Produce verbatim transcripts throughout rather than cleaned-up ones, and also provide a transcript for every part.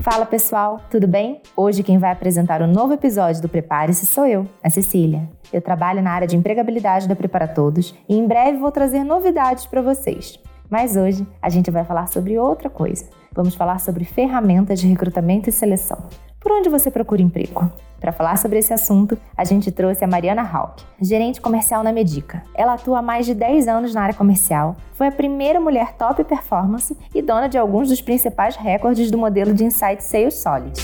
Fala pessoal, tudo bem? Hoje quem vai apresentar o novo episódio do Prepare-se sou eu, a Cecília. Eu trabalho na área de empregabilidade da Prepara Todos e em breve vou trazer novidades para vocês. Mas hoje a gente vai falar sobre outra coisa. Vamos falar sobre ferramentas de recrutamento e seleção. Por onde você procura emprego? Para falar sobre esse assunto, a gente trouxe a Mariana Hauck, gerente comercial na Medica. Ela atua há mais de dez anos na área comercial, foi a primeira mulher top performance e dona de alguns dos principais recordes do modelo de Insight Sales Solid.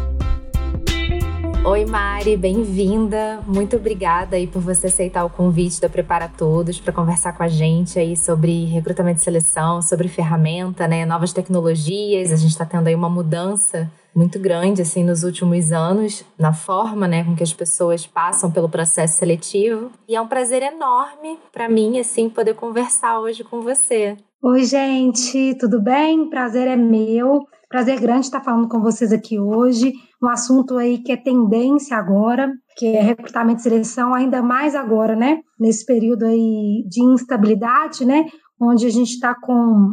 Oi Mari, bem-vinda. Muito obrigada aí por você aceitar o convite da Prepara Todos para conversar com a gente aí sobre recrutamento e seleção, sobre ferramenta, né, novas tecnologias. A gente está tendo aí uma mudança muito grande assim nos últimos anos na forma, né, com que as pessoas passam pelo processo seletivo. E é um prazer enorme para mim assim poder conversar hoje com você. Oi, gente, tudo bem? Prazer é meu. Prazer grande estar falando com vocês aqui hoje. Um assunto aí que é tendência agora, que é recrutamento e seleção, ainda mais agora, né? Nesse período aí de instabilidade, né? Onde a gente está com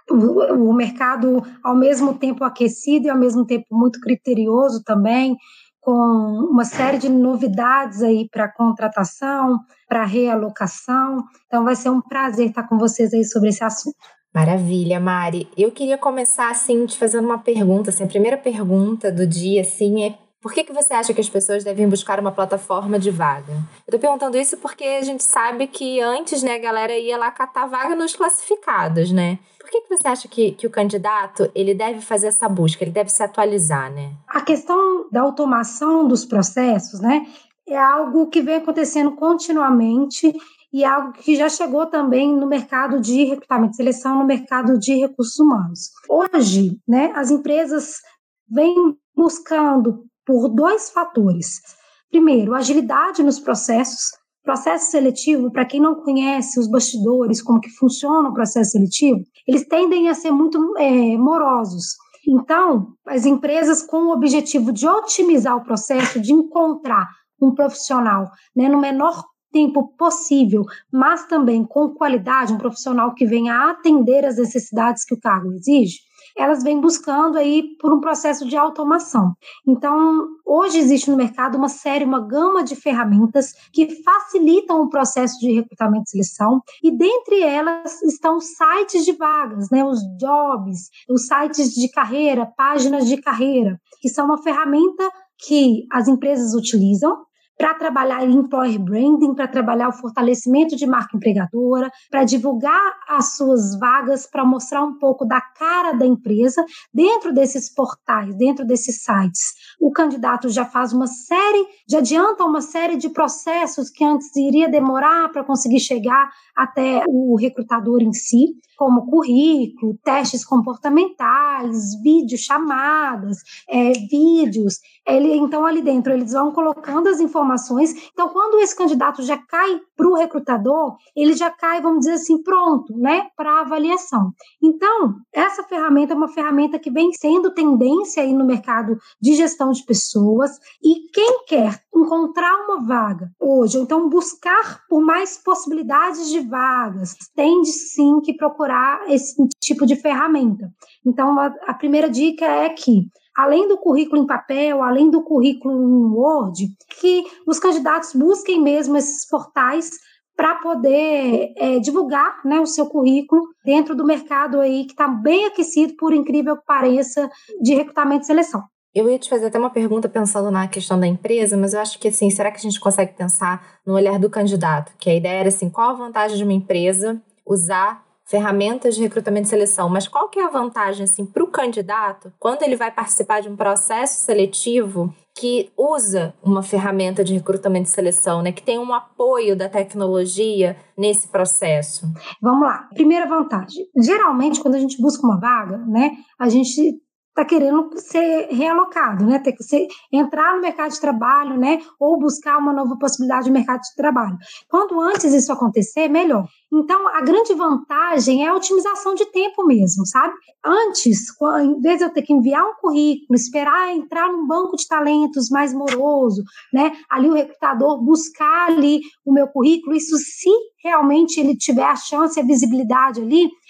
o mercado ao mesmo tempo aquecido e ao mesmo tempo muito criterioso também, com uma série de novidades aí para contratação, para realocação. Então vai ser um prazer estar com vocês aí sobre esse assunto. Maravilha, Mari. Eu queria começar assim te fazendo uma pergunta. Assim, a primeira pergunta do dia assim é: por que que você acha que as pessoas devem buscar uma plataforma de vaga? Eu tô perguntando isso porque a gente sabe que antes, né, a galera ia lá catar vaga nos classificados, né? Por que que você acha que, que o candidato ele deve fazer essa busca, ele deve se atualizar, né? A questão da automação dos processos, né, é algo que vem acontecendo continuamente e é algo que já chegou também no mercado de recrutamento e seleção, no mercado de recursos humanos. Hoje, né, as empresas vêm buscando por dois fatores. Primeiro, agilidade nos processos. Processo seletivo, para quem não conhece os bastidores, como que funciona o processo seletivo, eles tendem a ser muito é, morosos. Então, as empresas com o objetivo de otimizar o processo, de encontrar um profissional, né, no menor tempo possível, mas também com qualidade, um profissional que venha a atender as necessidades que o cargo exige, elas vêm buscando aí por um processo de automação. Então, hoje existe no mercado uma série, uma gama de ferramentas que facilitam o processo de recrutamento e seleção, e dentre elas estão os sites de vagas, né, os jobs, os sites de carreira, páginas de carreira, que são uma ferramenta que as empresas utilizam para trabalhar employer branding, para trabalhar o fortalecimento de marca empregadora, para divulgar as suas vagas, para mostrar um pouco da cara da empresa dentro desses portais, dentro desses sites. O candidato já faz uma série, já adianta uma série de processos que antes iria demorar para conseguir chegar até o recrutador em si, como currículo, testes comportamentais, videochamadas, é, vídeos. Ele, então, ali dentro, eles vão colocando as informações. Então, quando esse candidato já cai para o recrutador, ele já cai, vamos dizer assim, pronto, né, para avaliação. Então, essa ferramenta é uma ferramenta que vem sendo tendência aí no mercado de gestão de pessoas, e quem quer encontrar uma vaga hoje, ou então buscar por mais possibilidades de vagas, tem de sim que procurar esse tipo de ferramenta. Então, a, a primeira dica é que, além do currículo em papel, além do currículo em Word, que os candidatos busquem mesmo esses portais para poder é, divulgar, né, o seu currículo dentro do mercado aí que está bem aquecido, por incrível que pareça, de recrutamento e seleção. Eu ia te fazer até uma pergunta pensando na questão da empresa, mas eu acho que assim, será que a gente consegue pensar no olhar do candidato? Que a ideia era assim, qual a vantagem de uma empresa usar ferramentas de recrutamento e seleção, mas qual que é a vantagem assim, para o candidato quando ele vai participar de um processo seletivo que usa uma ferramenta de recrutamento e seleção, né, que tem um apoio da tecnologia nesse processo? Vamos lá. Primeira vantagem. Geralmente, quando a gente busca uma vaga, né, a gente está querendo ser realocado, né? Ter que ser, entrar no mercado de trabalho, né? Ou buscar uma nova possibilidade de mercado de trabalho. Quanto antes isso acontecer, melhor. Então, a grande vantagem é a otimização de tempo mesmo, sabe? Antes, em vez de eu ter que enviar um currículo, esperar entrar num banco de talentos mais moroso, né? Ali o recrutador buscar ali o meu currículo, isso se realmente ele tiver a chance e a visibilidade ali,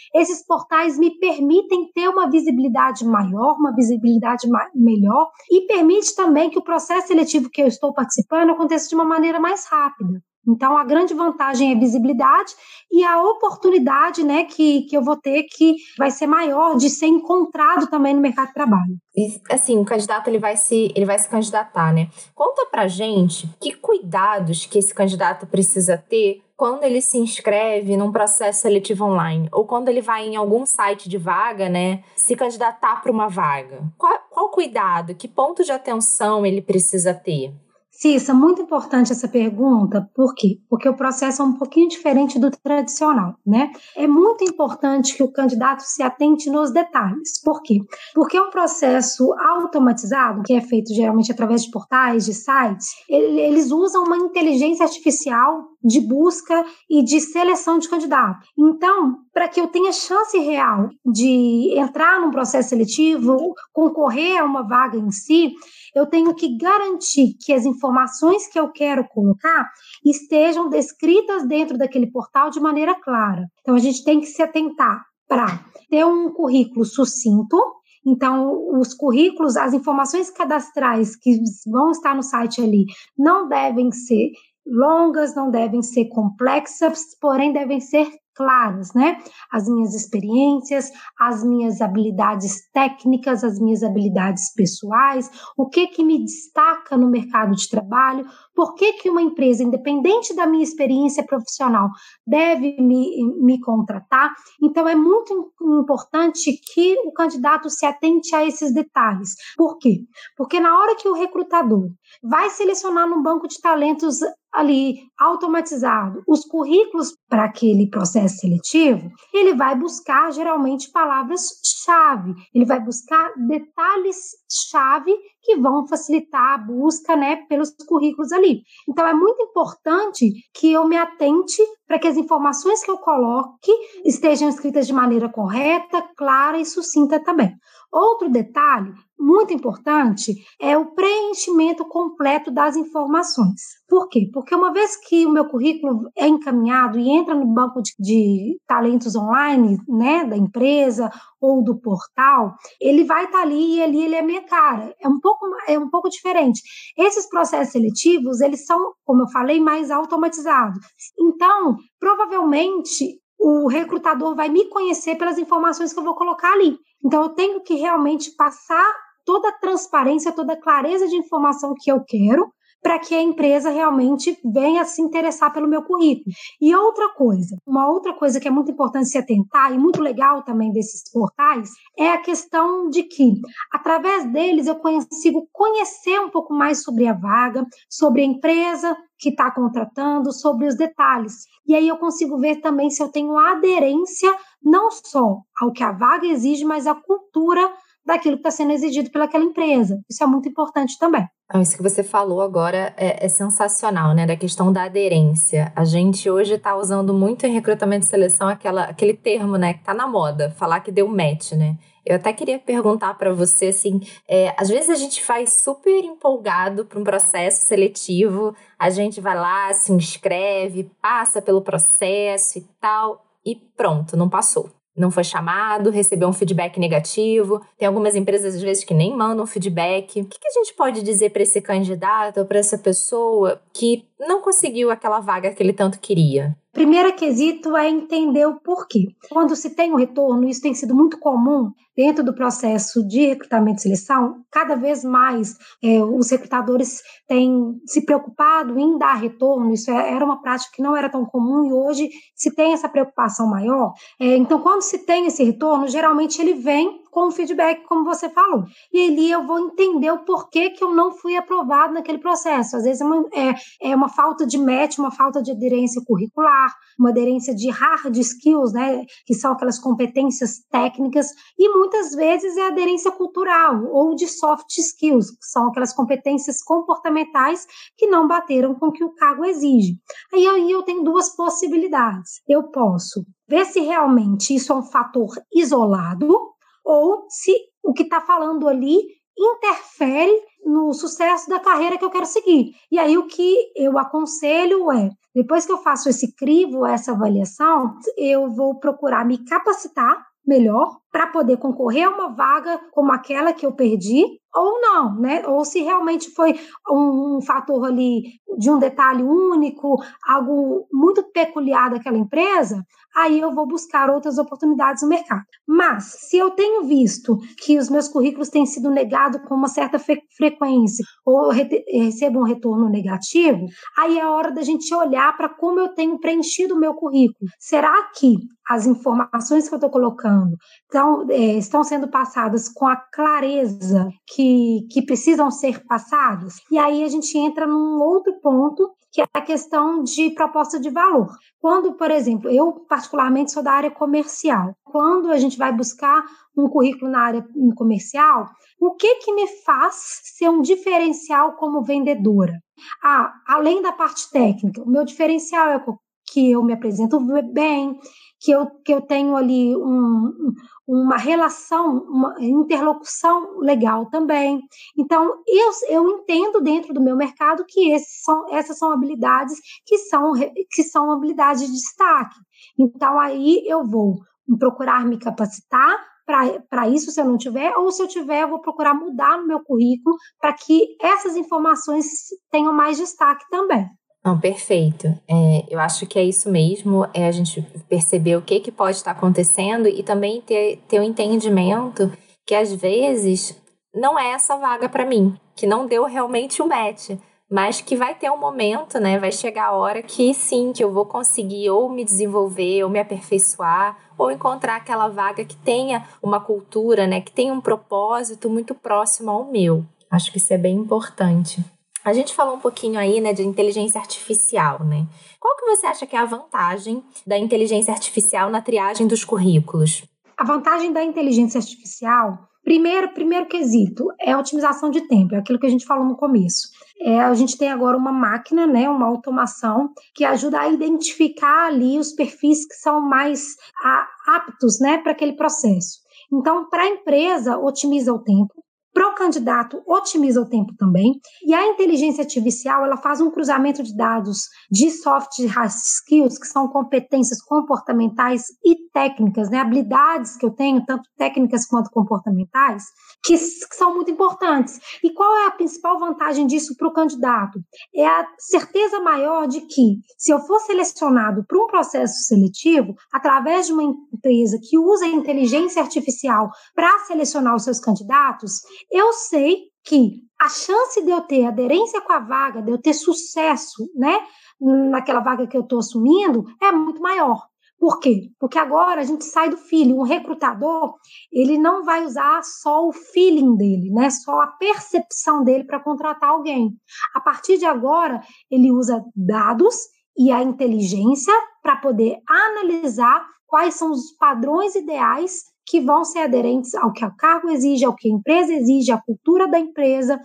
esses portais me permitem ter uma visibilidade maior, uma visibilidade ma- melhor, e permite também que o processo seletivo que eu estou participando aconteça de uma maneira mais rápida. Então, a grande vantagem é a visibilidade e a oportunidade, né, que, que eu vou ter, que vai ser maior de ser encontrado também no mercado de trabalho. E, assim, o candidato ele vai, se, ele vai se candidatar, né? Conta pra gente que cuidados que esse candidato precisa ter quando ele se inscreve num processo seletivo online ou quando ele vai em algum site de vaga, né, se candidatar para uma vaga. Qual, qual cuidado, que ponto de atenção ele precisa ter? Cissa, muito importante essa pergunta, por quê? Porque o processo é um pouquinho diferente do tradicional, né? É muito importante que o candidato se atente nos detalhes. Por quê? Porque é um processo automatizado, que é feito geralmente através de portais, de sites, eles usam uma inteligência artificial de busca e de seleção de candidato. Então, para que eu tenha chance real de entrar num processo seletivo, concorrer a uma vaga em si, eu tenho que garantir que as informações que eu quero colocar estejam descritas dentro daquele portal de maneira clara. Então, a gente tem que se atentar para ter um currículo sucinto. Então, os currículos, as informações cadastrais que vão estar no site ali não devem ser longas, não devem ser complexas, porém devem ser claras, né? As minhas experiências, as minhas habilidades técnicas, as minhas habilidades pessoais, o que que me destaca no mercado de trabalho, por que que uma empresa, independente da minha experiência profissional, deve me, me contratar. Então, é muito importante que o candidato se atente a esses detalhes. Por quê? Porque na hora que o recrutador vai selecionar num banco de talentos ali automatizado os currículos para aquele processo seletivo, ele vai buscar geralmente palavras-chave, ele vai buscar detalhes-chave que vão facilitar a busca, né, pelos currículos ali. Então, é muito importante que eu me atente para que as informações que eu coloque estejam escritas de maneira correta, clara e sucinta também. Outro detalhe muito importante é o preenchimento completo das informações. Por quê? Porque uma vez que o meu currículo é encaminhado e entra no banco de, de talentos online, né, da empresa ou do portal, ele vai estar ali e ali ele é minha cara. É um pouco, é um pouco diferente. Esses processos seletivos, eles são, como eu falei, mais automatizados. Então, provavelmente, o recrutador vai me conhecer pelas informações que eu vou colocar ali. Então, eu tenho que realmente passar toda a transparência, toda a clareza de informação que eu quero, para que a empresa realmente venha se interessar pelo meu currículo. E outra coisa, uma outra coisa que é muito importante se atentar, e muito legal também desses portais, é a questão de que, através deles, eu consigo conhecer um pouco mais sobre a vaga, sobre a empresa que está contratando, sobre os detalhes. E aí eu consigo ver também se eu tenho aderência não só ao que a vaga exige, mas à cultura daquilo que está sendo exigido pelaquela empresa. Isso é muito importante também. Isso que você falou agora é, é sensacional, né? Da questão da aderência. A gente hoje está usando muito em recrutamento e seleção aquela, aquele termo, né? Que tá na moda, falar que deu match, né? Eu até queria perguntar para você, assim, é, às vezes a gente faz super empolgado para um processo seletivo, a gente vai lá, se inscreve, passa pelo processo e tal, e pronto, não passou. Não foi chamado, recebeu um feedback negativo. Tem algumas empresas, às vezes, que nem mandam feedback. O que, que a gente pode dizer para esse candidato ou para essa pessoa que não conseguiu aquela vaga que ele tanto queria? Primeiro quesito é entender o porquê. Quando se tem um retorno, isso tem sido muito comum dentro do processo de recrutamento e seleção, cada vez mais é, os recrutadores têm se preocupado em dar retorno. Isso era uma prática que não era tão comum e hoje se tem essa preocupação maior. É, então, quando se tem esse retorno, geralmente ele vem com o feedback, como você falou. E ali eu vou entender o porquê que eu não fui aprovado naquele processo. Às vezes é uma, é, é uma falta de match, uma falta de aderência curricular, uma aderência de hard skills, né, que são aquelas competências técnicas, e muitas vezes é aderência cultural ou de soft skills, que são aquelas competências comportamentais que não bateram com o que o cargo exige. Aí, aí eu tenho duas possibilidades. Eu posso ver se realmente isso é um fator isolado, ou se o que está falando ali interfere no sucesso da carreira que eu quero seguir. E aí o que eu aconselho é, depois que eu faço esse crivo, essa avaliação, eu vou procurar me capacitar melhor para poder concorrer a uma vaga como aquela que eu perdi, ou não, né? Ou se realmente foi um, um fator ali de um detalhe único, algo muito peculiar daquela empresa, aí eu vou buscar outras oportunidades no mercado. Mas, se eu tenho visto que os meus currículos têm sido negados com uma certa fre- frequência, ou re- recebo um retorno negativo, aí é a hora da gente olhar para como eu tenho preenchido o meu currículo. Será que as informações que eu estou colocando então, é, estão sendo passadas com a clareza que, que precisam ser passadas? E aí a gente entra num outro ponto, que é a questão de proposta de valor. Quando, por exemplo, eu particularmente sou da área comercial, quando a gente vai buscar um currículo na área comercial, o que que me faz ser um diferencial como vendedora? Ah, além da parte técnica, o meu diferencial é que eu me apresento bem, que eu, que eu tenho ali um, uma relação, uma interlocução legal também. Então, eu, eu entendo dentro do meu mercado que esses são, essas são habilidades que são, que são habilidades de destaque. Então, aí eu vou procurar me capacitar para isso, se eu não tiver, ou se eu tiver, eu vou procurar mudar no meu currículo para que essas informações tenham mais destaque também. Não, perfeito. É, eu acho que é isso mesmo, é a gente perceber o que, que pode estar acontecendo e também ter, ter um entendimento que às vezes não é essa vaga para mim, que não deu realmente o match, mas que vai ter um momento, né? Vai chegar a hora que sim, que eu vou conseguir ou me desenvolver, ou me aperfeiçoar, ou encontrar aquela vaga que tenha uma cultura, né? Que tenha um propósito muito próximo ao meu. Acho que isso é bem importante. A gente falou um pouquinho aí, né, de inteligência artificial, né? Qual que você acha que é a vantagem da inteligência artificial na triagem dos currículos? A vantagem da inteligência artificial, primeiro, primeiro quesito, é a otimização de tempo, é aquilo que a gente falou no começo. É, a gente tem agora uma máquina, né, uma automação, que ajuda a identificar ali os perfis que são mais a, aptos, né, para aquele processo. Então, para a empresa, otimiza o tempo. Para o candidato, otimiza o tempo também. E a inteligência artificial, ela faz um cruzamento de dados de soft skills, que são competências comportamentais e técnicas, né? Habilidades que eu tenho, tanto técnicas quanto comportamentais, que, que são muito importantes. E qual é a principal vantagem disso para o candidato? É a certeza maior de que, se eu for selecionado para um processo seletivo, através de uma empresa que usa a inteligência artificial para selecionar os seus candidatos, eu sei que a chance de eu ter aderência com a vaga, de eu ter sucesso, né, naquela vaga que eu estou assumindo, é muito maior. Por quê? Porque agora a gente sai do feeling. Um recrutador, ele não vai usar só o feeling dele, né, só a percepção dele para contratar alguém. A partir de agora, ele usa dados e a inteligência para poder analisar quais são os padrões ideais que vão ser aderentes ao que o cargo exige, ao que a empresa exige, à cultura da empresa.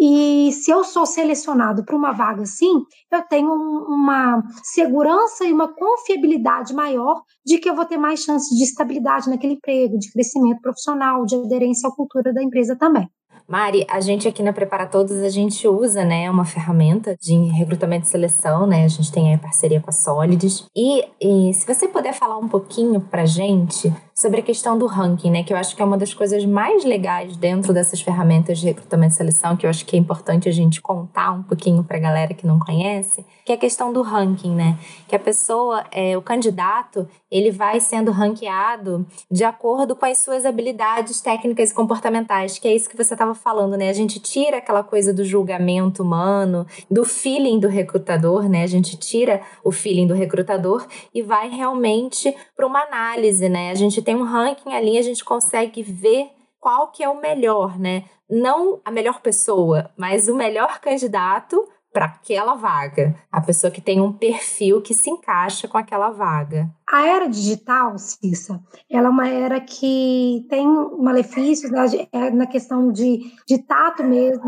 E se eu sou selecionado para uma vaga assim, eu tenho uma segurança e uma confiabilidade maior de que eu vou ter mais chances de estabilidade naquele emprego, de crescimento profissional, de aderência à cultura da empresa também. Mari, a gente aqui na Prepara Todos, a gente usa, né, uma ferramenta de recrutamento e seleção, né? A gente tem aí parceria com a Solides. E, e se você puder falar um pouquinho pra gente sobre a questão do ranking, né? Que eu acho que é uma das coisas mais legais dentro dessas ferramentas de recrutamento e seleção, que eu acho que é importante a gente contar um pouquinho pra galera que não conhece, que é a questão do ranking, né? Que a pessoa, é, o candidato, ele vai sendo ranqueado de acordo com as suas habilidades técnicas e comportamentais, que é isso que você estava falando, né? A gente tira aquela coisa do julgamento humano, do feeling do recrutador, né? A gente tira o feeling do recrutador e vai realmente para uma análise, né? A gente tem um ranking ali, a gente consegue ver qual que é o melhor, né? Não a melhor pessoa, mas o melhor candidato para aquela vaga. A pessoa que tem um perfil que se encaixa com aquela vaga. A era digital, Cissa, ela é uma era que tem malefícios, né, na questão de, de tato mesmo,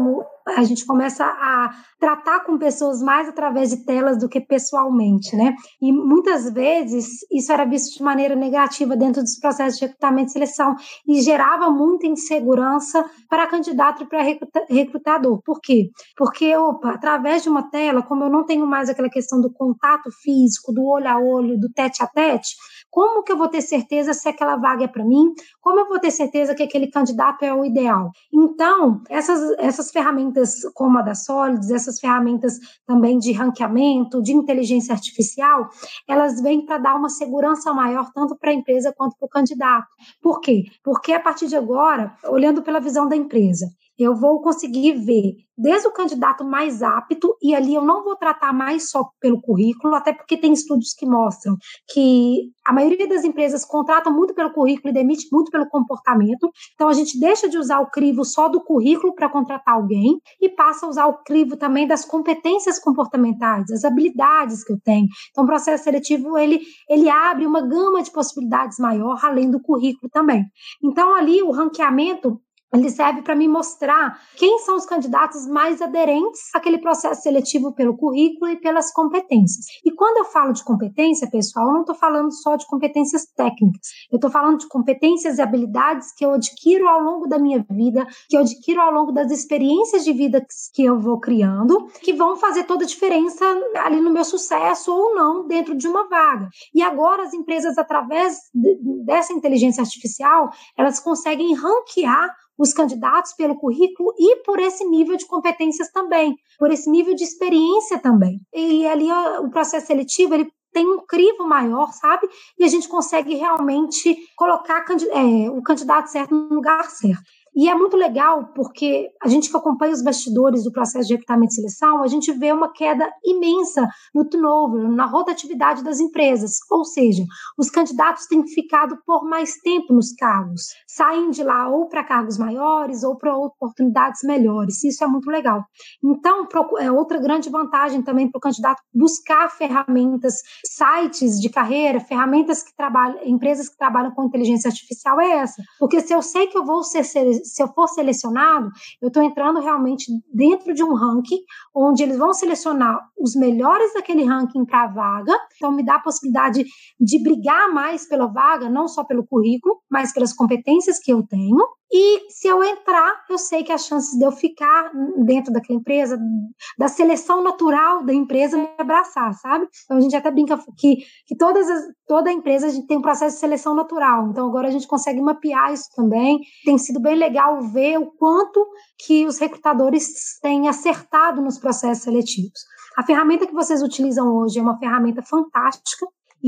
a gente começa a tratar com pessoas mais através de telas do que pessoalmente, né? E muitas vezes isso era visto de maneira negativa dentro dos processos de recrutamento e seleção e gerava muita insegurança para candidato e para recrutador. Por quê? Porque, opa, através de uma tela, como eu não tenho mais aquela questão do contato físico, do olho a olho, do tete a tete, como que eu vou ter certeza se aquela vaga é para mim? Como eu vou ter certeza que aquele candidato é o ideal? Então, essas, essas ferramentas como a da Solids, essas ferramentas também de ranqueamento, de inteligência artificial, elas vêm para dar uma segurança maior tanto para a empresa quanto para o candidato. Por quê? Porque a partir de agora, olhando pela visão da empresa, eu vou conseguir ver desde o candidato mais apto, e ali eu não vou tratar mais só pelo currículo, até porque tem estudos que mostram que a maioria das empresas contratam muito pelo currículo e demite muito pelo comportamento. Então, a gente deixa de usar o crivo só do currículo para contratar alguém e passa a usar o crivo também das competências comportamentais, das habilidades que eu tenho. Então, o processo seletivo, ele, ele abre uma gama de possibilidades maior, além do currículo também. Então, ali, o ranqueamento, ele serve para me mostrar quem são os candidatos mais aderentes àquele processo seletivo pelo currículo e pelas competências. E quando eu falo de competência, pessoal, eu não estou falando só de competências técnicas, eu estou falando de competências e habilidades que eu adquiro ao longo da minha vida, que eu adquiro ao longo das experiências de vida que eu vou criando, que vão fazer toda a diferença ali no meu sucesso ou não dentro de uma vaga. E agora as empresas, através dessa inteligência artificial, elas conseguem ranquear os candidatos pelo currículo e por esse nível de competências também, por esse nível de experiência também. E ali o processo seletivo, ele tem um crivo maior, sabe? E a gente consegue realmente colocar é, o candidato certo no lugar certo. E é muito legal porque a gente que acompanha os bastidores do processo de recrutamento e seleção, a gente vê uma queda imensa no turnover, na rotatividade das empresas. Ou seja, os candidatos têm ficado por mais tempo nos cargos, saem de lá ou para cargos maiores ou para oportunidades melhores. Isso é muito legal. Então, é outra grande vantagem também para o candidato buscar ferramentas, sites de carreira, ferramentas que trabalham, empresas que trabalham com inteligência artificial é essa. Porque se eu sei que eu vou ser se eu for selecionado, eu estou entrando realmente dentro de um ranking, onde eles vão selecionar os melhores daquele ranking para a vaga, então me dá a possibilidade de brigar mais pela vaga, não só pelo currículo, mas pelas competências que eu tenho, e se eu entrar, eu sei que as chances de eu ficar dentro daquela empresa, da seleção natural da empresa, me abraçar, sabe? Então a gente até brinca que, que todas as, toda empresa a gente tem um processo de seleção natural, então agora a gente consegue mapear isso também, tem sido bem legal ver o quanto que os recrutadores têm acertado nos processos seletivos. A ferramenta que vocês utilizam hoje é uma ferramenta fantástica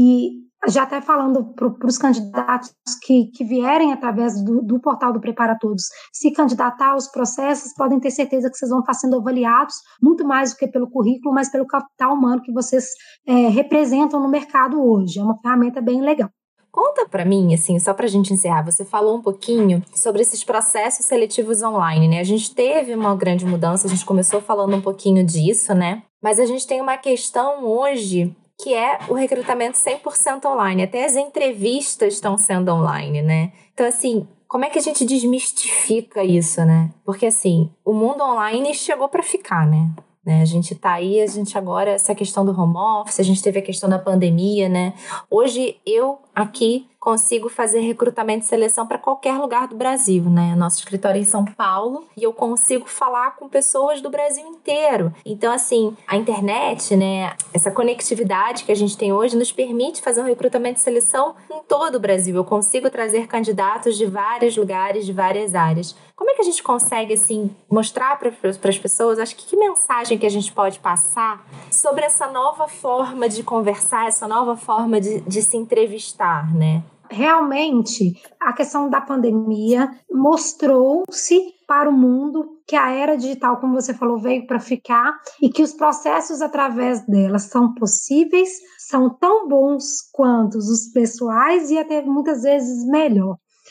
e já até falando para os candidatos que, que vierem através do, do portal do Prepara Todos, se candidatar aos processos, podem ter certeza que vocês vão estar sendo avaliados muito mais do que pelo currículo, mas pelo capital humano que vocês é, representam no mercado hoje. É uma ferramenta bem legal. Conta pra mim, assim, só pra gente encerrar, você falou um pouquinho sobre esses processos seletivos online, né? A gente teve uma grande mudança, a gente começou falando um pouquinho disso, né? Mas a gente tem uma questão hoje que é o recrutamento cem por cento online. Até as entrevistas estão sendo online, né? Então, assim, como é que a gente desmistifica isso, né? Porque, assim, o mundo online chegou pra ficar, né? Né? A gente tá aí, a gente agora, essa questão do home office, a gente teve a questão da pandemia, né? Hoje, eu aqui consigo fazer recrutamento e seleção para qualquer lugar do Brasil, né? Nosso escritório é em São Paulo e eu consigo falar com pessoas do Brasil inteiro. Então, assim, a internet, né? Essa conectividade que a gente tem hoje nos permite fazer um recrutamento e seleção em todo o Brasil. Eu consigo trazer candidatos de vários lugares, de várias áreas. Como é que a gente consegue, assim, mostrar para as pessoas, acho que que mensagem que a gente pode passar sobre essa nova forma de conversar, essa nova forma de, de se entrevistar, né? Realmente, a questão da pandemia mostrou-se para o mundo que a era digital, como você falou, veio para ficar e que os processos através dela são possíveis, são tão bons quanto os pessoais e até muitas vezes melhor.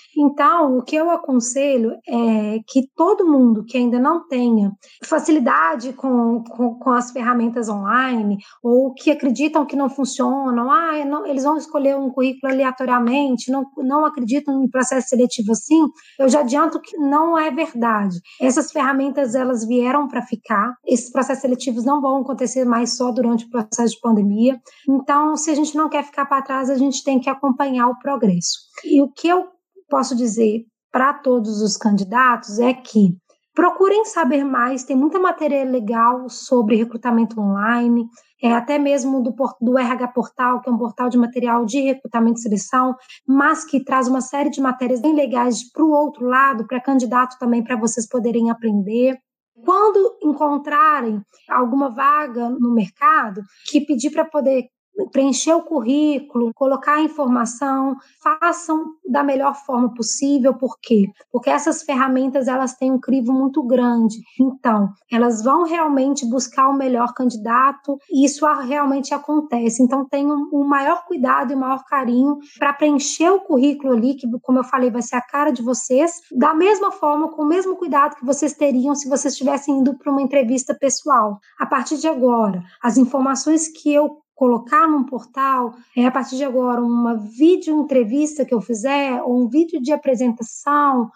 Então, o que eu aconselho é que todo mundo que ainda não tenha facilidade com, com, com as ferramentas online, ou que acreditam que não funcionam, ah, não, eles vão escolher um currículo aleatoriamente, não, não acreditam em processo seletivo assim, eu já adianto que não é verdade. Essas ferramentas, elas vieram para ficar, esses processos seletivos não vão acontecer mais só durante o processo de pandemia, então, se a gente não quer ficar para trás, a gente tem que acompanhar o progresso. E o que eu posso dizer para todos os candidatos é que procurem saber mais, tem muita matéria legal sobre recrutamento online, é, até mesmo do, do R H Portal, que é um portal de material de recrutamento e seleção, mas que traz uma série de matérias bem legais para o outro lado, para candidato também, para vocês poderem aprender. Quando encontrarem alguma vaga no mercado, que pedir para poder preencher o currículo, colocar a informação, façam da melhor forma possível. Por quê? Porque essas ferramentas, elas têm um crivo muito grande. Então, elas vão realmente buscar o melhor candidato e isso realmente acontece. Então, tenham o maior cuidado e o maior carinho para preencher o currículo ali, que, como eu falei, vai ser a cara de vocês, da mesma forma, com o mesmo cuidado que vocês teriam se vocês estivessem indo para uma entrevista pessoal. A partir de agora, as informações que eu colocar num portal, é, a partir de agora, uma vídeo entrevista que eu fizer, ou um vídeo de apresentação,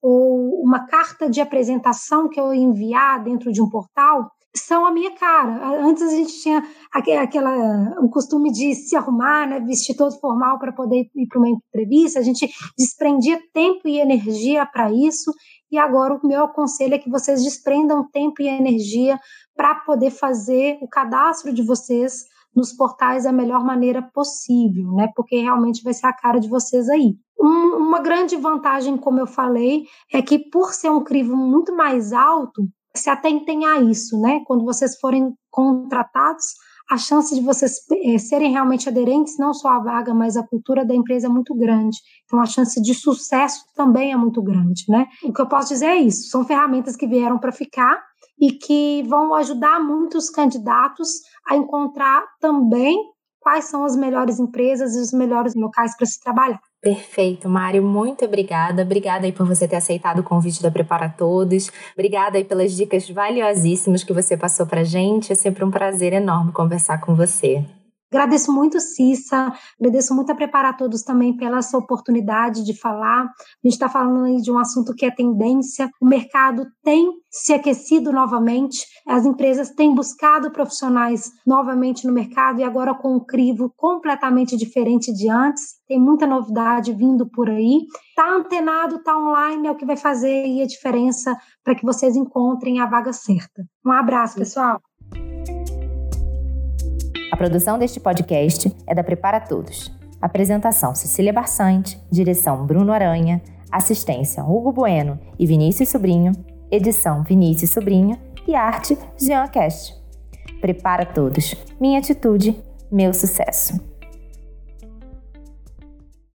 ou uma carta de apresentação que eu enviar dentro de um portal, são a minha cara. Antes a gente tinha aquela, um costume de se arrumar, né, vestir todo formal para poder ir para uma entrevista, a gente desprendia tempo e energia para isso, e agora o meu conselho é que vocês desprendam tempo e energia para poder fazer o cadastro de vocês nos portais da melhor maneira possível, né? Porque realmente vai ser a cara de vocês aí. Um, uma grande vantagem, como eu falei, é que por ser um crivo muito mais alto, se atentem a isso, né? Quando vocês forem contratados, a chance de vocês é, serem realmente aderentes, não só à vaga, mas à cultura da empresa é muito grande. Então, a chance de sucesso também é muito grande, né? O que eu posso dizer é isso, são ferramentas que vieram para ficar e que vão ajudar muitos candidatos a encontrar também quais são as melhores empresas e os melhores locais para se trabalhar. Perfeito, Mário, muito obrigada. Obrigada aí por você ter aceitado o convite da Prepara Todos. Obrigada aí pelas dicas valiosíssimas que você passou pra gente. É sempre um prazer enorme conversar com você. Agradeço muito, Cissa, agradeço muito a Prepara Todos também pela essa oportunidade de falar. A gente está falando aí de um assunto que é tendência, o mercado tem se aquecido novamente, as empresas têm buscado profissionais novamente no mercado e agora com um crivo completamente diferente de antes, tem muita novidade vindo por aí. Tá antenado, tá online, é o que vai fazer aí a diferença para que vocês encontrem a vaga certa. Um abraço, pessoal! A produção deste podcast é da Prepara Todos. Apresentação Cecília Barçante, direção Bruno Aranha, assistência Hugo Bueno e Vinícius Sobrinho, edição Vinícius Sobrinho e arte Jean Cast. Prepara Todos. Minha atitude, meu sucesso.